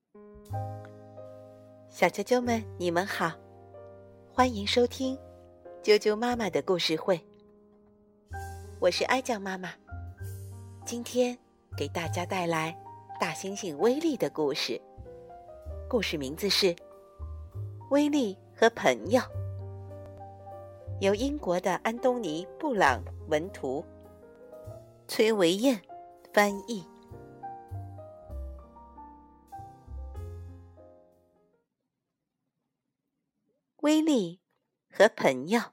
小啾啾们，你们好，欢迎收听啾啾妈妈的故事会。我是哀酱妈妈，今天给大家带来大猩猩威利的故事。故事名字是《威利和朋友》，由英国的安东尼·布朗文图，崔维燕翻译。威利和朋友。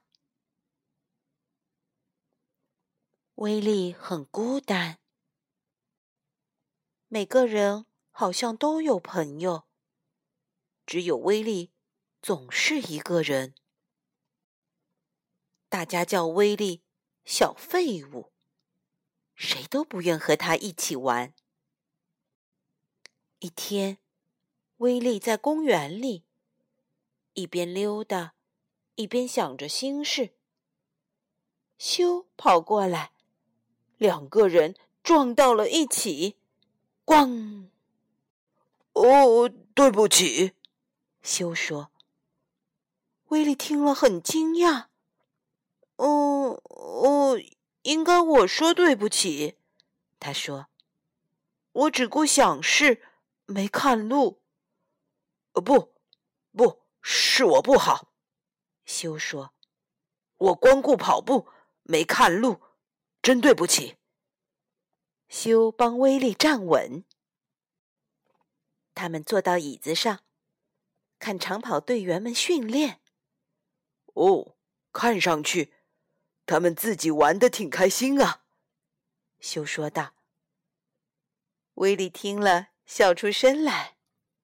威利很孤单，每个人好像都有朋友，只有威利总是一个人。大家叫威利小废物，谁都不愿和他一起玩。一天，威利在公园里一边溜达，一边想着心事。修跑过来，两个人撞到了一起，咣！ 哦，对不起， 修说。威利听了很惊讶。应该我说对不起，他说。我只顾想事，没看路。 不，是我不好， 修说。 我光顾跑步，没看路，真对不起。 修帮威利站稳。他们坐到椅子上，看长跑队员们训练。 看上去他们自己玩得挺开心啊， 修说道。威利听了，笑出声来。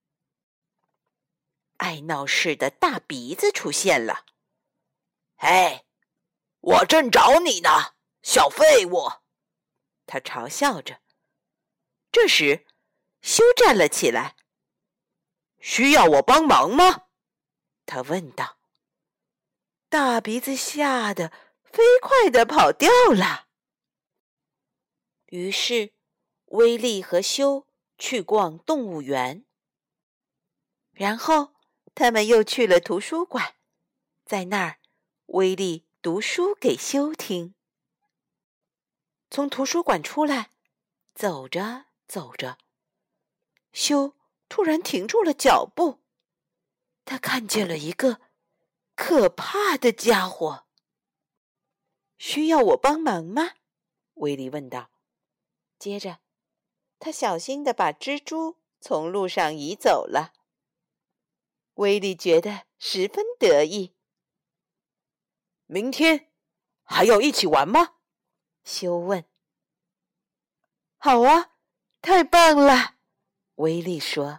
爱闹事的大鼻子出现了。 嘿，我正找你呢，小废物！ 他嘲笑着。这时，修站了起来。 需要我帮忙吗？ 他问道。大鼻子吓得飞快地跑掉了。于是，威利和修去逛动物园，然后他们又去了图书馆，在那儿，威利读书给修听。从图书馆出来，走着走着，修突然停住了脚步。他看见了一个可怕的家伙。需要我帮忙吗？威利问道。接着，他小心地把蜘蛛从路上移走了。威利觉得十分得意。 明天还要一起玩吗？ 修问。好啊，太棒了，威利说。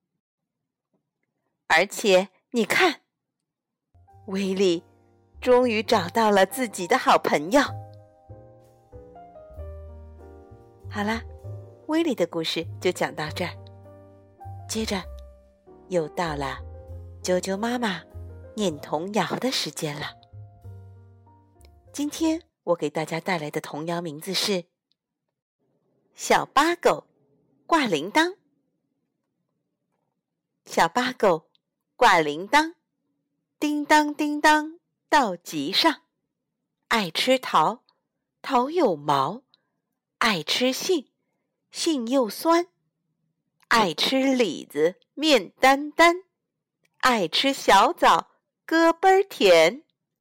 而且你看，威利终于找到了自己的好朋友。好啦，威利的故事就讲到这儿。接着，又到了啾啾妈妈念童谣的时间了。今天我给大家带来的童谣名字是《小八狗挂铃铛》。小八狗挂铃铛，叮当叮当到集上。爱吃桃，桃有毛；爱吃杏，杏又酸；爱吃李子，面丹丹；爱吃小枣，咯嘣儿甜。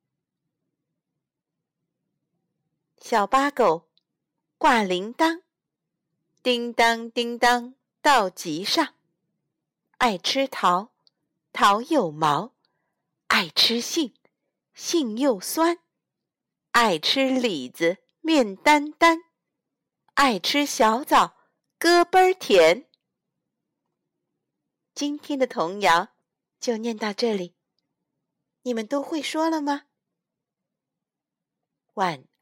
小八狗挂铃铛，叮当叮当到集上。爱吃桃，桃有毛；爱吃杏，杏又酸；爱吃李子，面丹丹；爱吃小枣，咯嘣儿甜。今天的童谣就念到这里，你们都会说了吗？晚